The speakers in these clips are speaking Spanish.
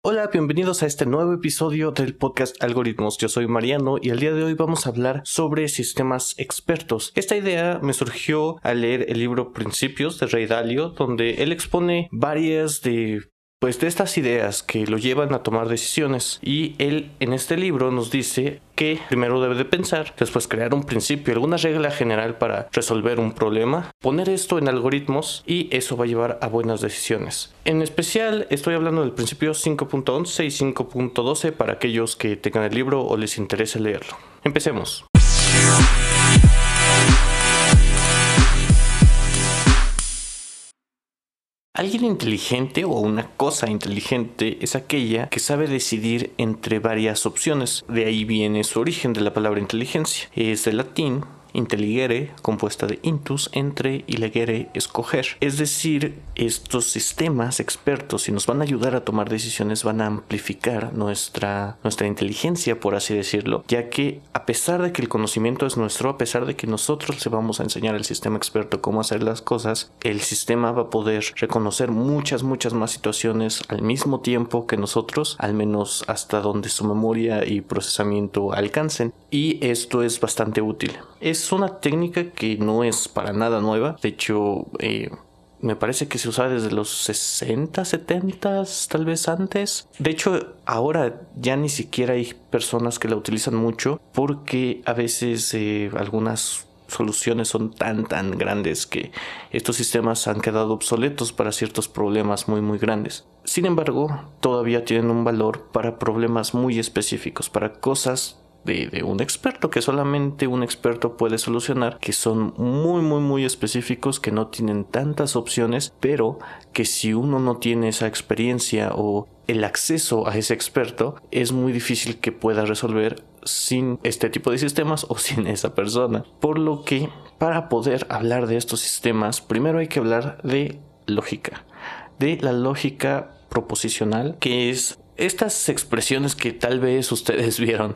Hola, bienvenidos a este nuevo episodio del podcast Algoritmos. Yo soy Mariano y el día de hoy vamos a hablar sobre sistemas expertos. Esta idea me surgió al leer el libro Principios de Ray Dalio, donde él expone varias de estas ideas que lo llevan a tomar decisiones, y él en este libro nos dice que primero debe de pensar, después crear un principio, alguna regla general para resolver un problema, poner esto en algoritmos y eso va a llevar a buenas decisiones. En especial estoy hablando del principio 5.11 y 5.12 para aquellos que tengan el libro o les interese leerlo. Empecemos. Alguien inteligente o una cosa inteligente es aquella que sabe decidir entre varias opciones. De ahí viene su origen de la palabra inteligencia. Es del latín intelligere, compuesta de intus, entre, y legere, escoger. Es decir, estos sistemas expertos, si nos van a ayudar a tomar decisiones, van a amplificar nuestra inteligencia, por así decirlo, ya que a pesar de que el conocimiento es nuestro, a pesar de que nosotros le vamos a enseñar al sistema experto cómo hacer las cosas, el sistema va a poder reconocer muchas más situaciones al mismo tiempo que nosotros, al menos hasta donde su memoria y procesamiento alcancen, y esto es bastante útil. Es una técnica que no es para nada nueva. De hecho, me parece que se usaba desde los 60, 70, tal vez antes. De hecho, ahora ya ni siquiera hay personas que la utilizan mucho, porque a veces algunas soluciones son tan grandes que estos sistemas han quedado obsoletos para ciertos problemas muy grandes. Sin embargo, todavía tienen un valor para problemas muy específicos, para cosas de un experto que solamente un experto puede solucionar, que son muy específicos, que no tienen tantas opciones, pero que si uno no tiene esa experiencia o el acceso a ese experto, es muy difícil que pueda resolver sin este tipo de sistemas o sin esa persona. Por lo que, para poder hablar de estos sistemas, primero hay que hablar de lógica, de la lógica proposicional, que es estas expresiones que tal vez ustedes vieron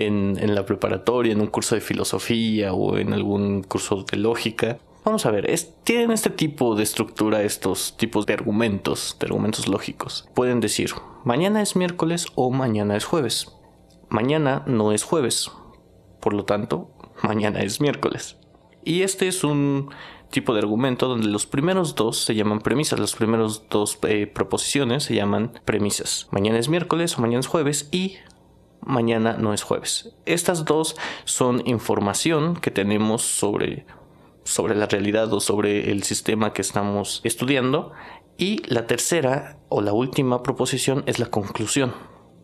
en la preparatoria, en un curso de filosofía o en algún curso de lógica. Vamos a ver, tienen este tipo de estructura, estos tipos de argumentos lógicos. Pueden decir, mañana es miércoles o mañana es jueves. Mañana no es jueves, por lo tanto, mañana es miércoles. Y este es un tipo de argumento donde los primeros dos se llaman premisas, los primeros dos proposiciones se llaman premisas. Mañana es miércoles o mañana es jueves y mañana no es jueves. Estas dos son información que tenemos sobre la realidad o sobre el sistema que estamos estudiando, y la tercera o la última proposición es la conclusión.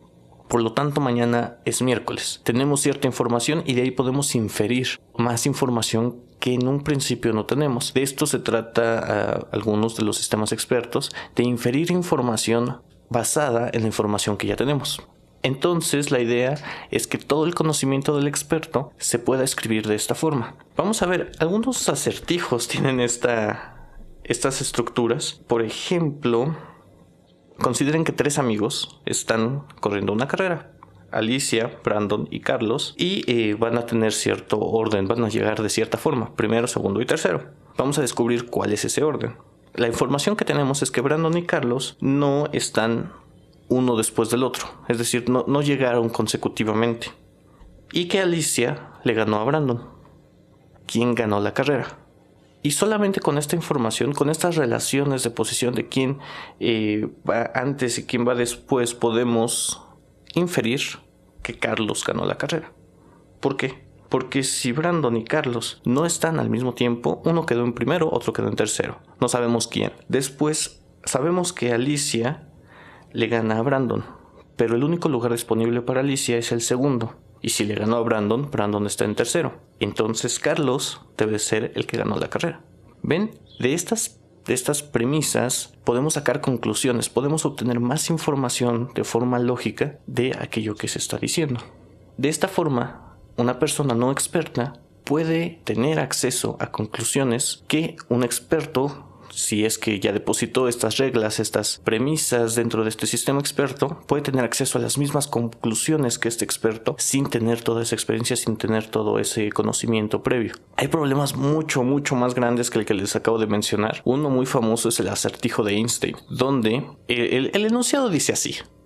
Por lo tanto, mañana es miércoles. Tenemos cierta información y de ahí podemos inferir más información que en un principio no tenemos. De esto se trata algunos de los sistemas expertos, de inferir información basada en la información que ya tenemos. Entonces, la idea es que todo el conocimiento del experto se pueda escribir de esta forma. Vamos a ver, algunos acertijos tienen estas estructuras. Por ejemplo, consideren que 3 amigos están corriendo una carrera. Alicia, Brandon y Carlos, y van a tener cierto orden, van a llegar de cierta forma, primero, segundo y tercero. Vamos a descubrir cuál es ese orden. La información que tenemos es que Brandon y Carlos no están uno después del otro, es decir, no llegaron consecutivamente, y que Alicia le ganó a Brandon, quien ganó la carrera. Y solamente con esta información, con estas relaciones de posición de quién va antes y quién va después, podemos inferir que Carlos ganó la carrera. ¿Por qué? Porque si Brandon y Carlos no están al mismo tiempo, uno quedó en primero, otro quedó en tercero. No sabemos quién. Después sabemos que Alicia le gana a Brandon, pero el único lugar disponible para Alicia es el segundo. Y si le ganó a Brandon, Brandon está en tercero. Entonces Carlos debe ser el que ganó la carrera. ¿Ven? De estas premisas podemos sacar conclusiones, podemos obtener más información de forma lógica de aquello que se está diciendo. De esta forma, una persona no experta puede tener acceso a conclusiones que un experto, si es que ya depositó estas reglas, estas premisas dentro de este sistema experto, puede tener acceso a las mismas conclusiones que este experto sin tener toda esa experiencia, sin tener todo ese conocimiento previo. Hay problemas mucho más grandes que el que les acabo de mencionar. Uno muy famoso es el acertijo de Einstein, donde el enunciado dice así: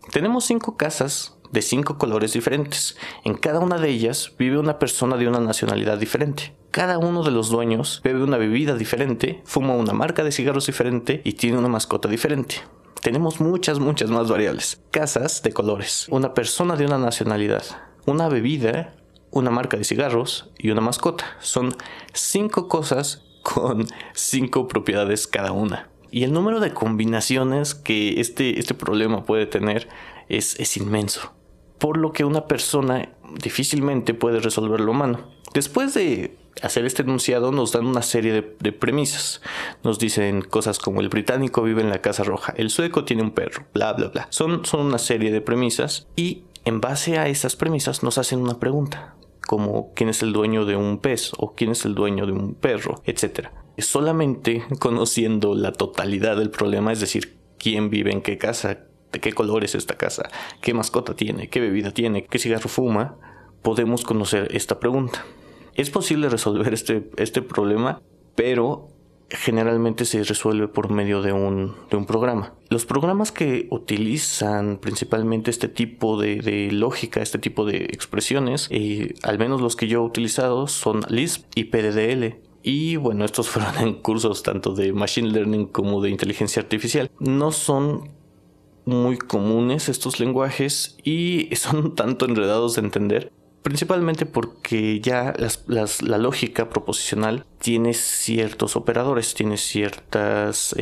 Tenemos 5 casas de 5 colores diferentes. En cada una de ellas vive una persona de una nacionalidad diferente. Cada uno de los dueños bebe una bebida diferente, fuma una marca de cigarros diferente y tiene una mascota diferente. Tenemos muchas más variables. Casas de colores, una persona de una nacionalidad, una bebida, una marca de cigarros y una mascota. Son 5 cosas con 5 propiedades cada una. Y el número de combinaciones que este problema puede tener es inmenso, por lo que una persona difícilmente puede resolverlo a mano. Después de hacer este enunciado nos dan una serie de premisas. Nos dicen cosas como el británico vive en la Casa Roja, el sueco tiene un perro, bla bla bla. Son una serie de premisas y en base a esas premisas nos hacen una pregunta, como quién es el dueño de un pez o quién es el dueño de un perro, etc. Solamente conociendo la totalidad del problema, es decir, quién vive en qué casa, de qué color es esta casa, qué mascota tiene, qué bebida tiene, qué cigarro fuma, podemos conocer esta pregunta. Es posible resolver este problema, pero generalmente se resuelve por medio de un programa. Los programas que utilizan principalmente este tipo de lógica, este tipo de expresiones, al menos los que yo he utilizado, son Lisp y PDDL. Y bueno, estos fueron en cursos tanto de Machine Learning como de Inteligencia Artificial. No son muy comunes estos lenguajes y son un tanto enredados de entender, principalmente porque ya la lógica proposicional tiene ciertos operadores, tiene ciertos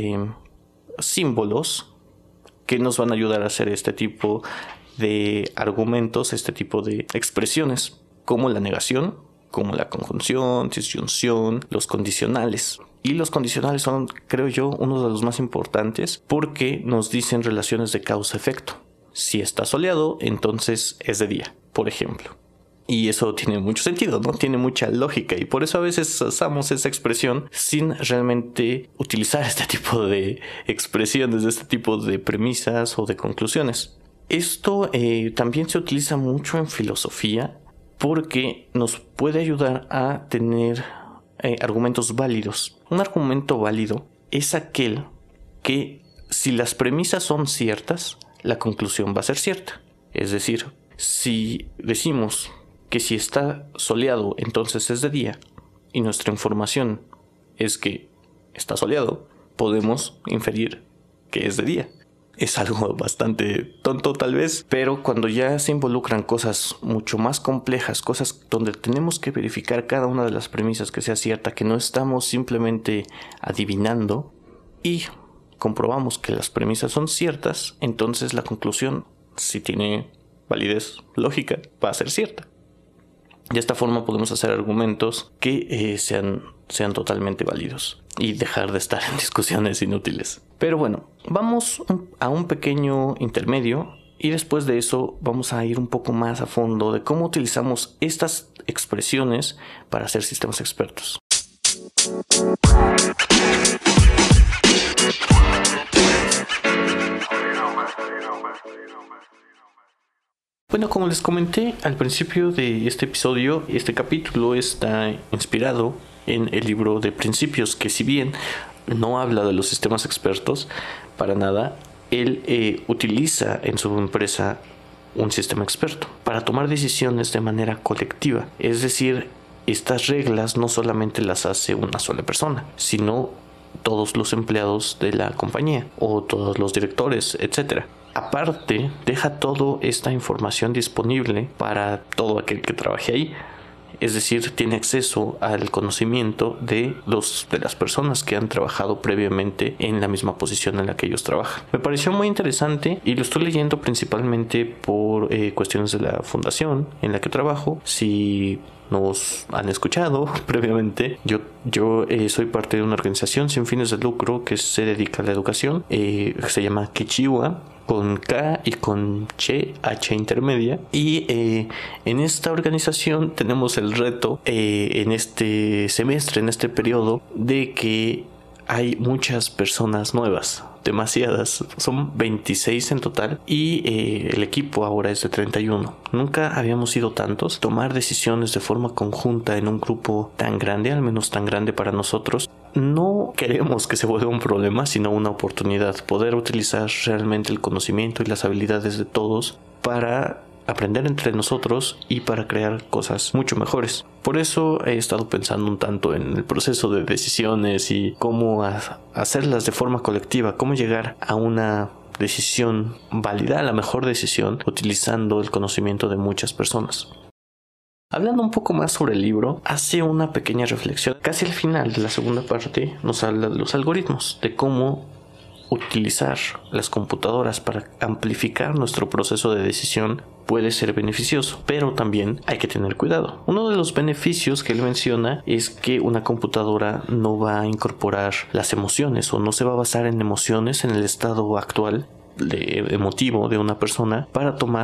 símbolos que nos van a ayudar a hacer este tipo de argumentos, este tipo de expresiones, como la negación, como la conjunción, disyunción, los condicionales. Y los condicionales son, creo yo, uno de los más importantes porque nos dicen relaciones de causa-efecto. Si está soleado, entonces es de día, por ejemplo. Y eso tiene mucho sentido, ¿no? Tiene mucha lógica y por eso a veces usamos esa expresión sin realmente utilizar este tipo de expresiones, este tipo de premisas o de conclusiones. Esto también se utiliza mucho en filosofía porque nos puede ayudar a tener argumentos válidos. Un argumento válido es aquel que, si las premisas son ciertas, la conclusión va a ser cierta. Es decir, si decimos que si está soleado, entonces es de día, y nuestra información es que está soleado, podemos inferir que es de día. Es algo bastante tonto tal vez, pero cuando ya se involucran cosas mucho más complejas, cosas donde tenemos que verificar cada una de las premisas que sea cierta, que no estamos simplemente adivinando y comprobamos que las premisas son ciertas, entonces la conclusión, si tiene validez lógica, va a ser cierta. De esta forma podemos hacer argumentos que sean totalmente válidos y dejar de estar en discusiones inútiles. Pero bueno, vamos a un pequeño intermedio y después de eso vamos a ir un poco más a fondo de cómo utilizamos estas expresiones para hacer sistemas expertos. Bueno, como les comenté al principio de este episodio, este capítulo está inspirado en el libro de Principios, que si bien no habla de los sistemas expertos para nada, él utiliza en su empresa un sistema experto para tomar decisiones de manera colectiva. Es decir, estas reglas no solamente las hace una sola persona, sino todos los empleados de la compañía o todos los directores, etc. Aparte, deja toda esta información disponible para todo aquel que trabaje ahí. Es decir, tiene acceso al conocimiento de las personas que han trabajado previamente en la misma posición en la que ellos trabajan. Me pareció muy interesante y lo estoy leyendo principalmente por cuestiones de la fundación en la que trabajo. Si nos han escuchado previamente, yo soy parte de una organización sin fines de lucro que se dedica a la educación. Se llama Kichiwa, con K y con Che, H intermedia. Y en esta organización tenemos el reto en este semestre, en este periodo, de que hay muchas personas nuevas. demasiadas. Son 26 en total y el equipo ahora es de 31. Nunca habíamos sido tantos. Tomar decisiones de forma conjunta en un grupo tan grande, al menos tan grande para nosotros, no queremos que se vuelva un problema, sino una oportunidad. Poder utilizar realmente el conocimiento y las habilidades de todos para aprender entre nosotros y para crear cosas mucho mejores. Por eso he estado pensando un tanto en el proceso de decisiones y cómo hacerlas de forma colectiva, cómo llegar a una decisión válida, a la mejor decisión, utilizando el conocimiento de muchas personas. Hablando un poco más sobre el libro, hace una pequeña reflexión. Casi al final de la segunda parte nos habla de los algoritmos, de cómo utilizar las computadoras para amplificar nuestro proceso de decisión puede ser beneficioso, pero también hay que tener cuidado. Uno de los beneficios que él menciona es que una computadora no va a incorporar las emociones o no se va a basar en emociones en el estado actual emotivo de una persona para tomar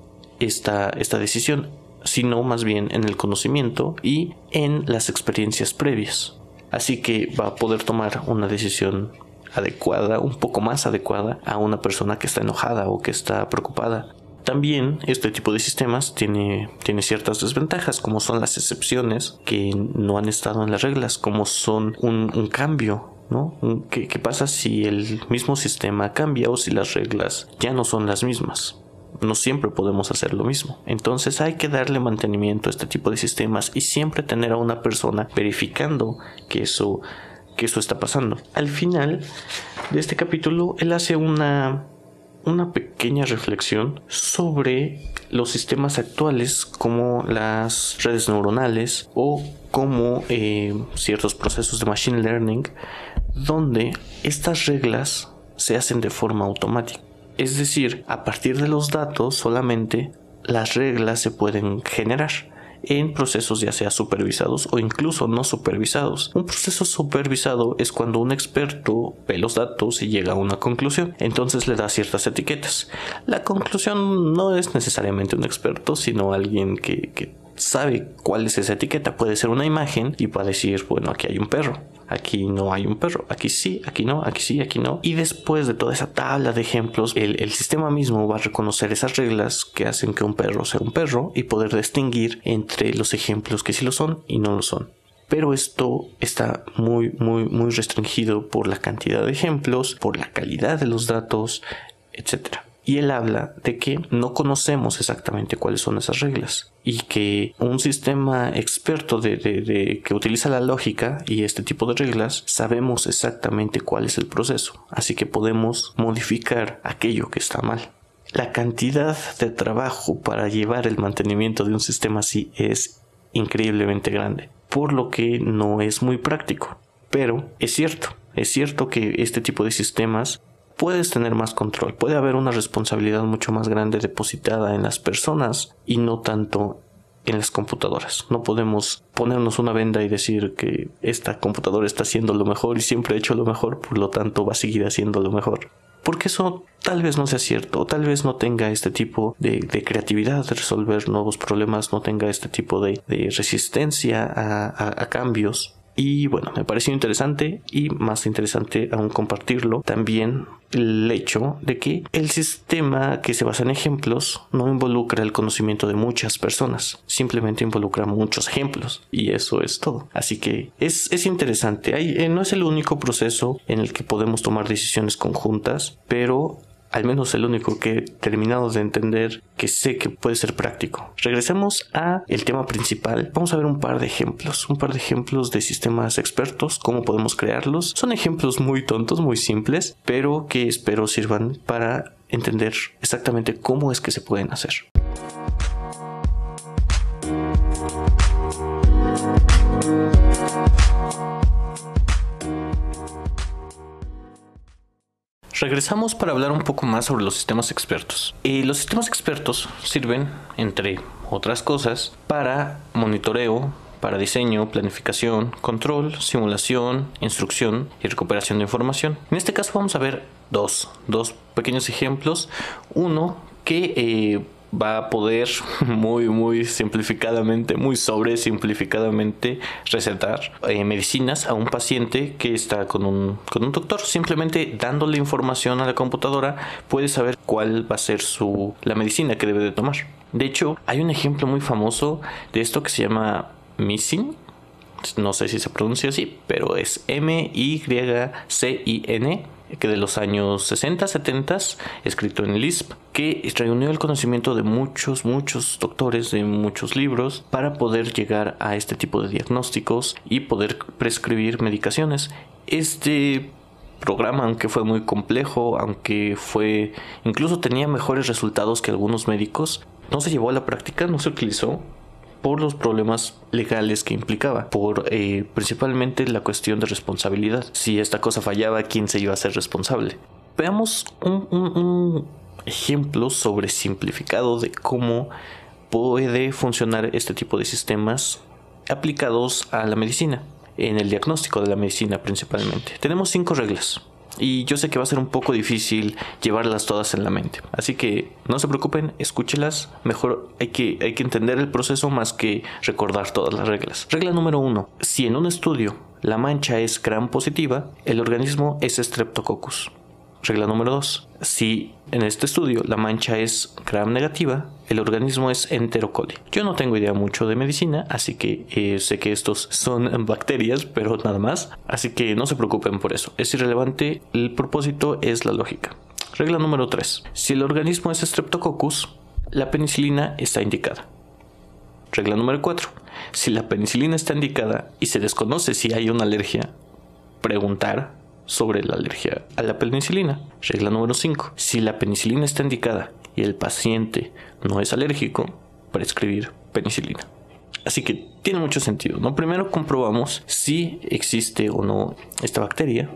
esta decisión, sino más bien en el conocimiento y en las experiencias previas. Así que va a poder tomar una decisión adecuada, un poco más adecuada a una persona que está enojada o que está preocupada. También este tipo de sistemas tiene ciertas desventajas, como son las excepciones que no han estado en las reglas, como son un cambio, ¿no? ¿Qué pasa si el mismo sistema cambia o si las reglas ya no son las mismas? No siempre podemos hacer lo mismo. Entonces hay que darle mantenimiento a este tipo de sistemas y siempre tener a una persona verificando que eso está pasando. Al final de este capítulo, él hace una pequeña reflexión sobre los sistemas actuales como las redes neuronales o como ciertos procesos de machine learning, donde estas reglas se hacen de forma automática. Es decir, a partir de los datos solamente las reglas se pueden generar en procesos ya sea supervisados o incluso no supervisados. Un proceso supervisado es cuando un experto ve los datos y llega a una conclusión, entonces le da ciertas etiquetas. La conclusión no es necesariamente un experto, sino alguien que sabe cuál es esa etiqueta. Puede ser una imagen y va a decir, bueno, aquí hay un perro, aquí no hay un perro, aquí sí, aquí no, aquí sí, aquí no. Y después de toda esa tabla de ejemplos, el sistema mismo va a reconocer esas reglas que hacen que un perro sea un perro y poder distinguir entre los ejemplos que sí lo son y no lo son. Pero esto está muy restringido por la cantidad de ejemplos, por la calidad de los datos, etc. Y él habla de que no conocemos exactamente cuáles son esas reglas y que un sistema experto que utiliza la lógica y este tipo de reglas sabemos exactamente cuál es el proceso, así que podemos modificar aquello que está mal. La cantidad de trabajo para llevar el mantenimiento de un sistema así es increíblemente grande, por lo que no es muy práctico. Pero es cierto que este tipo de sistemas puedes tener más control, puede haber una responsabilidad mucho más grande depositada en las personas y no tanto en las computadoras. No podemos ponernos una venda y decir que esta computadora está haciendo lo mejor y siempre ha hecho lo mejor, por lo tanto va a seguir haciendo lo mejor. Porque eso tal vez no sea cierto, o tal vez no tenga este tipo de creatividad de resolver nuevos problemas, no tenga este tipo de resistencia a cambios. Y bueno, me pareció interesante y más interesante aún compartirlo también el hecho de que el sistema que se basa en ejemplos no involucra el conocimiento de muchas personas, simplemente involucra muchos ejemplos y eso es todo. Así que es interesante. No es el único proceso en el que podemos tomar decisiones conjuntas, pero al menos el único que he terminado de entender que sé que puede ser práctico. Regresemos a el tema principal. Vamos a ver un par de ejemplos de sistemas expertos, cómo podemos crearlos. Son ejemplos muy tontos, muy simples, pero que espero sirvan para entender exactamente cómo es que se pueden hacer. Regresamos para hablar un poco más sobre los sistemas expertos. Los sistemas expertos sirven, entre otras cosas, para monitoreo, para diseño, planificación, control, simulación, instrucción y recuperación de información. En este caso vamos a ver dos pequeños ejemplos. Uno que va a poder muy simplificadamente, muy sobresimplificadamente recetar medicinas a un paciente que está con un doctor. Simplemente dándole información a la computadora puede saber cuál va a ser la medicina que debe de tomar. De hecho, hay un ejemplo muy famoso de esto que se llama Mycin. No sé si se pronuncia así, pero es Mycin, que de los años 60, 70, escrito en Lisp, que reunió el conocimiento de muchos doctores, de muchos libros, para poder llegar a este tipo de diagnósticos y poder prescribir medicaciones. Este programa, aunque fue muy complejo, incluso tenía mejores resultados que algunos médicos, no se llevó a la práctica, no se utilizó por los problemas legales que implicaba, por principalmente la cuestión de responsabilidad. Si esta cosa fallaba, ¿quién se iba a hacer responsable? Veamos un ejemplo sobresimplificado de cómo puede funcionar este tipo de sistemas aplicados a la medicina, en el diagnóstico de la medicina principalmente. Tenemos 5 reglas. Y yo sé que va a ser un poco difícil llevarlas todas en la mente. Así que no se preocupen, escúchelas. Mejor hay que entender el proceso más que recordar todas las reglas. Regla número 1. Si en un estudio la mancha es gram positiva, el organismo es Streptococcus. Regla número 2. Si en este estudio la mancha es gram negativa, el organismo es Entero coli. Yo no tengo idea mucho de medicina, así que sé que estos son bacterias, pero nada más. Así que no se preocupen por eso. Es irrelevante, el propósito es la lógica. Regla número 3. Si el organismo es Streptococcus, la penicilina está indicada. Regla número 4. Si la penicilina está indicada y se desconoce si hay una alergia, preguntar sobre la alergia a la penicilina. Regla número 5. Si la penicilina está indicada y el paciente no es alérgico, prescribir penicilina. Así que tiene mucho sentido, ¿no? Primero comprobamos si existe o no esta bacteria,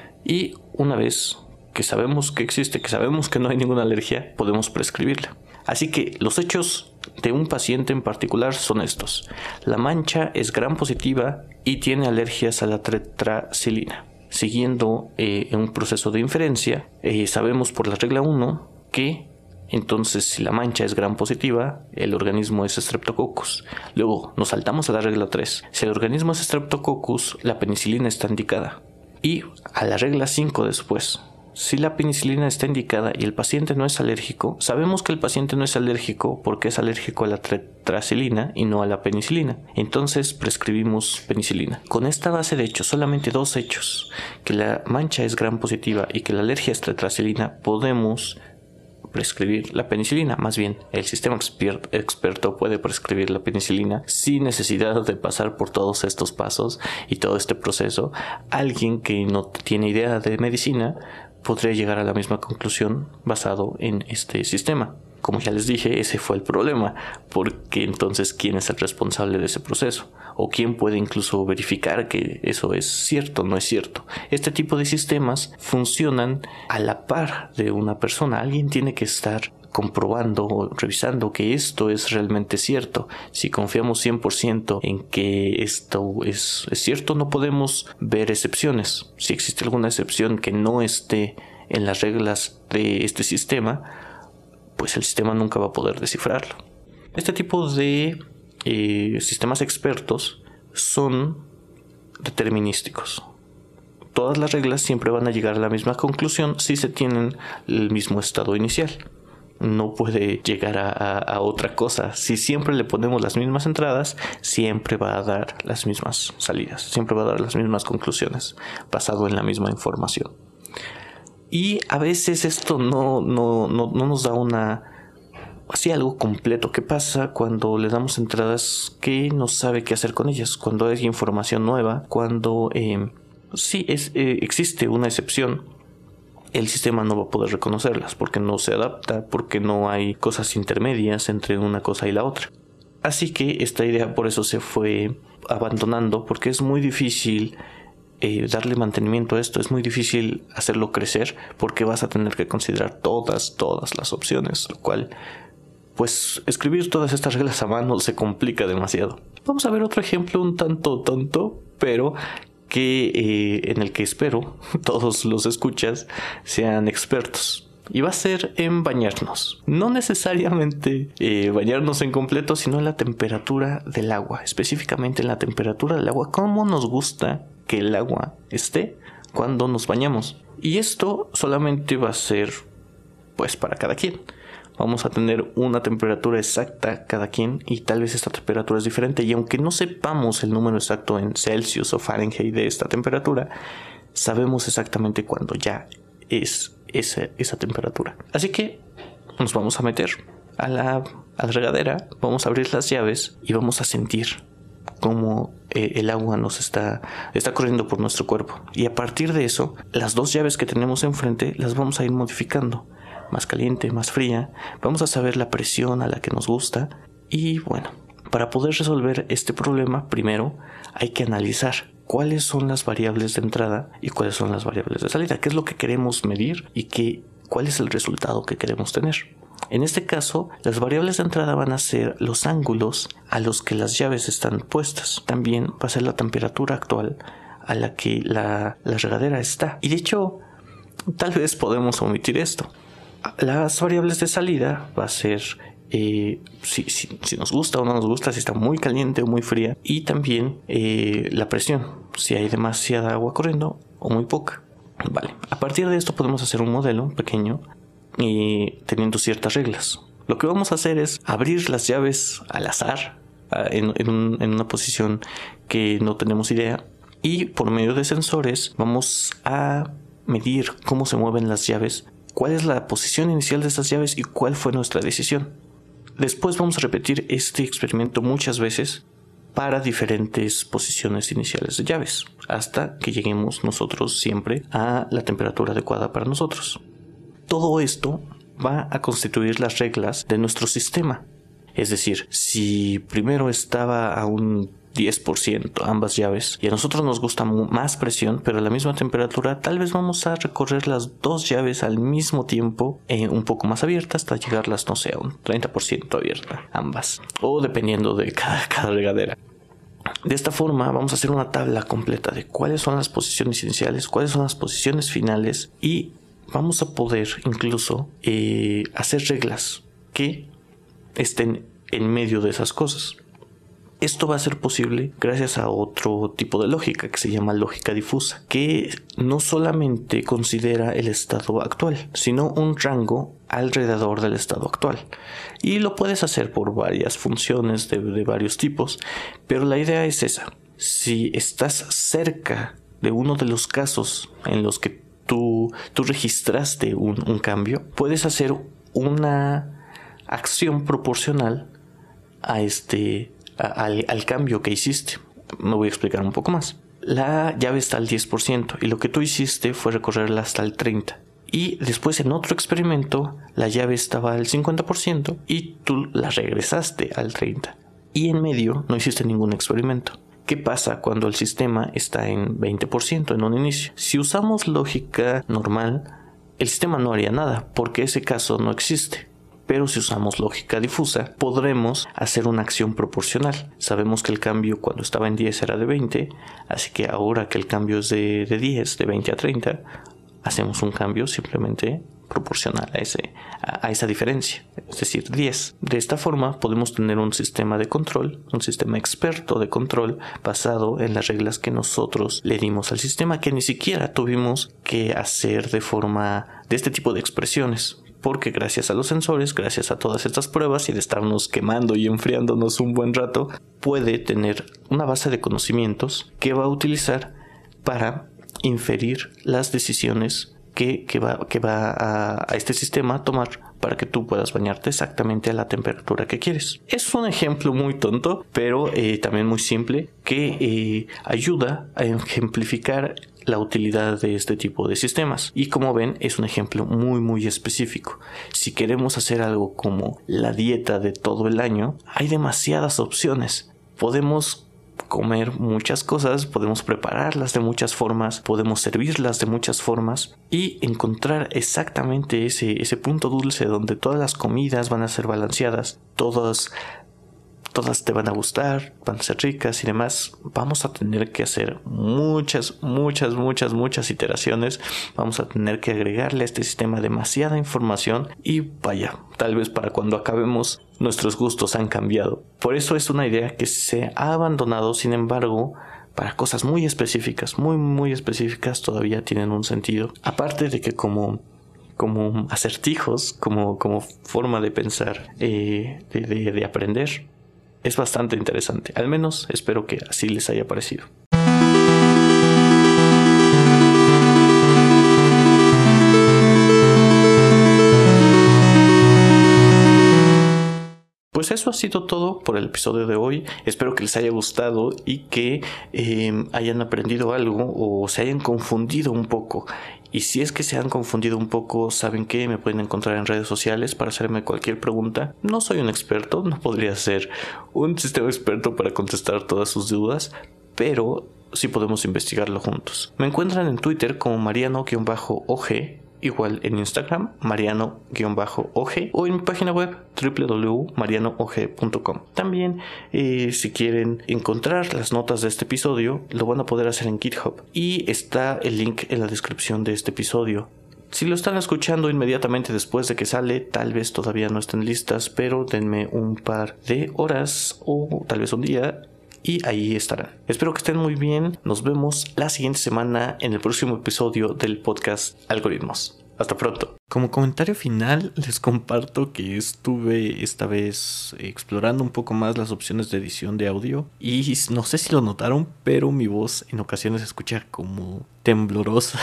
y una vez que sabemos que existe, que sabemos que no hay ninguna alergia, podemos prescribirla. Así que los hechos de un paciente en particular son estos. La mancha es gram positiva y tiene alergias a la tetracilina. Siguiendo un proceso de inferencia, sabemos por la regla 1 que entonces si la mancha es gram positiva, el organismo es Streptococcus. Luego nos saltamos a la regla 3. Si el organismo es Streptococcus, la penicilina está indicada. Y a la regla 5 después. Si la penicilina está indicada y el paciente no es alérgico, sabemos que el paciente no es alérgico porque es alérgico a la tetracilina y no a la penicilina. Entonces prescribimos penicilina. Con esta base de hechos, solamente 2 hechos, que la mancha es gram positiva y que la alergia es tetracilina, podemos prescribir la penicilina. Más bien, el sistema experto puede prescribir la penicilina sin necesidad de pasar por todos estos pasos y todo este proceso. Alguien que no tiene idea de medicina podría llegar a la misma conclusión basado en este sistema. Como ya les dije, ese fue el problema, porque entonces ¿quién es el responsable de ese proceso? ¿O quién puede incluso verificar que eso es cierto o no es cierto? Este tipo de sistemas funcionan a la par de una persona. Alguien tiene que estar comprobando o revisando que esto es realmente cierto. Si confiamos 100% en que esto es cierto, no podemos ver excepciones. Si existe alguna excepción que no esté en las reglas de este sistema, pues el sistema nunca va a poder descifrarlo. Este tipo de sistemas expertos son determinísticos. Todas las reglas siempre van a llegar a la misma conclusión si se tienen el mismo estado inicial. No puede llegar a otra cosa. Si siempre le ponemos las mismas entradas, siempre va a dar las mismas salidas, siempre va a dar las mismas conclusiones, basado en la misma información. Y a veces esto no nos da algo completo. ¿Qué pasa cuando le damos entradas que no sabe qué hacer con ellas? Cuando hay información nueva, cuando existe una excepción, el sistema no va a poder reconocerlas porque no se adapta, porque no hay cosas intermedias entre una cosa y la otra. Así que esta idea por eso se fue abandonando, porque es muy difícil darle mantenimiento a esto, es muy difícil hacerlo crecer, porque vas a tener que considerar todas las opciones, lo cual, pues, escribir todas estas reglas a mano se complica demasiado. Vamos a ver otro ejemplo un tanto tonto, pero en el que espero todos los escuchas sean expertos. y va a ser en bañarnos. No necesariamente bañarnos en completo, sino en la temperatura del agua, específicamente en la temperatura del agua, cómo nos gusta que el agua esté cuando nos bañamos. Y esto solamente va a ser pues para cada quien. Vamos a tener una temperatura exacta cada quien y tal vez esta temperatura es diferente, y aunque no sepamos el número exacto en Celsius o Fahrenheit de esta temperatura, sabemos exactamente cuándo ya es esa temperatura. Así que nos vamos a meter a la regadera, vamos a abrir las llaves y vamos a sentir cómo el agua nos está corriendo por nuestro cuerpo. Y a partir de eso, las dos llaves que tenemos enfrente las vamos a ir modificando. Más caliente, más fría. Vamos a saber la presión a la que nos gusta. Y bueno, para poder resolver este problema, primero hay que analizar cuáles son las variables de entrada y cuáles son las variables de salida. ¿Qué es lo que queremos medir y cuál es el resultado que queremos tener? En este caso, las variables de entrada van a ser los ángulos a los que las llaves están puestas. También va a ser la temperatura actual a la que la regadera está. Y de hecho, tal vez podemos omitir esto. Las variables de salida va a ser si nos gusta o no nos gusta, si está muy caliente o muy fría, y también la presión, si hay demasiada agua corriendo o muy poca. Vale, a partir de esto podemos hacer un modelo pequeño teniendo ciertas reglas. Lo que vamos a hacer es abrir las llaves al azar en una posición que no tenemos idea, y por medio de sensores vamos a medir cómo se mueven las llaves, cuál es la posición inicial de estas llaves y cuál fue nuestra decisión. Después vamos a repetir este experimento muchas veces para diferentes posiciones iniciales de llaves, hasta que lleguemos nosotros siempre a la temperatura adecuada para nosotros. Todo esto va a constituir las reglas de nuestro sistema. Es decir, si primero estaba a un 10% ambas llaves y a nosotros nos gusta más presión pero a la misma temperatura, tal vez vamos a recorrer las dos llaves al mismo tiempo, un poco más abiertas, hasta llegarlas, no sé, a un 30% abierta ambas, o dependiendo de cada regadera. De esta forma vamos a hacer una tabla completa de cuáles son las posiciones iniciales, cuáles son las posiciones finales, y vamos a poder incluso hacer reglas que estén en medio de esas cosas. Esto va a ser posible gracias a otro tipo de lógica que se llama lógica difusa, que no solamente considera el estado actual, sino un rango alrededor del estado actual. Y lo puedes hacer por varias funciones de varios tipos, pero la idea es esa. Si estás cerca de uno de los casos en los que tú registraste un cambio, puedes hacer una acción proporcional a al cambio que hiciste. Me voy a explicar un poco más. La llave está al 10% y lo que tú hiciste fue recorrerla hasta el 30%. Y después en otro experimento la llave estaba al 50% y tú la regresaste al 30%. Y en medio no hiciste ningún experimento. ¿Qué pasa cuando el sistema está en 20% en un inicio? Si usamos lógica normal, el sistema no haría nada porque ese caso no existe. Pero si usamos lógica difusa, podremos hacer una acción proporcional. Sabemos que el cambio cuando estaba en 10 era de 20, así que ahora que el cambio es de 10, de 20 a 30, hacemos un cambio simplemente proporcional a esa diferencia, es decir, 10. De esta forma podemos tener un sistema de control, un sistema experto de control basado en las reglas que nosotros le dimos al sistema, que ni siquiera tuvimos que hacer de este tipo de expresiones. Porque gracias a los sensores, gracias a todas estas pruebas y de estarnos quemando y enfriándonos un buen rato, puede tener una base de conocimientos que va a utilizar para inferir las decisiones que va a este sistema a tomar para que tú puedas bañarte exactamente a la temperatura que quieres. Es un ejemplo muy tonto, pero también muy simple, que ayuda a ejemplificar la utilidad de este tipo de sistemas. Y como ven, es un ejemplo muy específico. Si queremos hacer algo como la dieta de todo el año, hay demasiadas opciones. Podemos comer muchas cosas, podemos prepararlas de muchas formas, podemos servirlas de muchas formas y encontrar exactamente ese punto dulce donde todas las comidas van a ser balanceadas, todas todas te van a gustar, van a ser ricas y demás. Vamos a tener que hacer muchas iteraciones. Vamos a tener que agregarle a este sistema demasiada información y vaya, tal vez para cuando acabemos nuestros gustos han cambiado. Por eso es una idea que se ha abandonado, sin embargo, para cosas muy específicas, muy específicas todavía tienen un sentido. Aparte de que como acertijos, como forma de pensar, de aprender, es bastante interesante. Al menos espero que así les haya parecido. Pues eso ha sido todo por el episodio de hoy. Espero que les haya gustado y que hayan aprendido algo o se hayan confundido un poco. Y si es que se han confundido un poco, ¿saben qué? Me pueden encontrar en redes sociales para hacerme cualquier pregunta. No soy un experto, no podría ser un sistema experto para contestar todas sus dudas, pero sí podemos investigarlo juntos. Me encuentran en Twitter como Mariano-OG, igual en Instagram, Mariano-OG, o en mi página web www.marianoog.com. También, si quieren encontrar las notas de este episodio, lo van a poder hacer en GitHub. Y está el link en la descripción de este episodio. Si lo están escuchando inmediatamente después de que sale, tal vez todavía no estén listas, pero denme un par de horas o tal vez un día y ahí estarán. Espero que estén muy bien. Nos vemos la siguiente semana en el próximo episodio del podcast Algoritmos. Hasta pronto. Como comentario final, les comparto que estuve esta vez explorando un poco más las opciones de edición de audio y no sé si lo notaron, pero mi voz en ocasiones se escucha como temblorosa,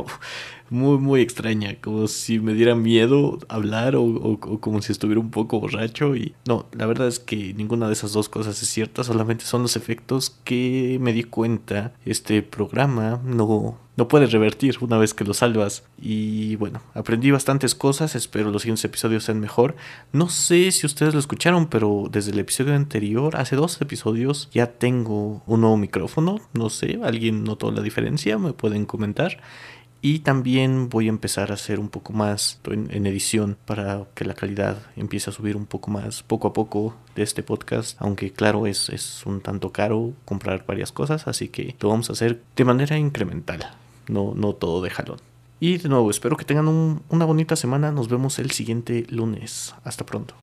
muy extraña, como si me diera miedo hablar o como si estuviera un poco borracho. Y no, la verdad es que ninguna de esas dos cosas es cierta, solamente son los efectos que me di cuenta este programa no puedes revertir una vez que lo salvas. Y bueno, aprendí bastantes cosas, espero los siguientes episodios sean mejor. No sé si ustedes lo escucharon, pero desde el episodio anterior, hace 2 episodios, ya tengo un nuevo micrófono. No sé, ¿alguien notó la diferencia? Me pueden comentar. Y también voy a empezar a hacer un poco más en edición para que la calidad empiece a subir un poco más poco a poco de este podcast. Aunque claro, es un tanto caro comprar varias cosas, así que lo vamos a hacer de manera incremental. No todo de jalón. Y de nuevo, espero que tengan una bonita semana. Nos vemos el siguiente lunes. Hasta pronto.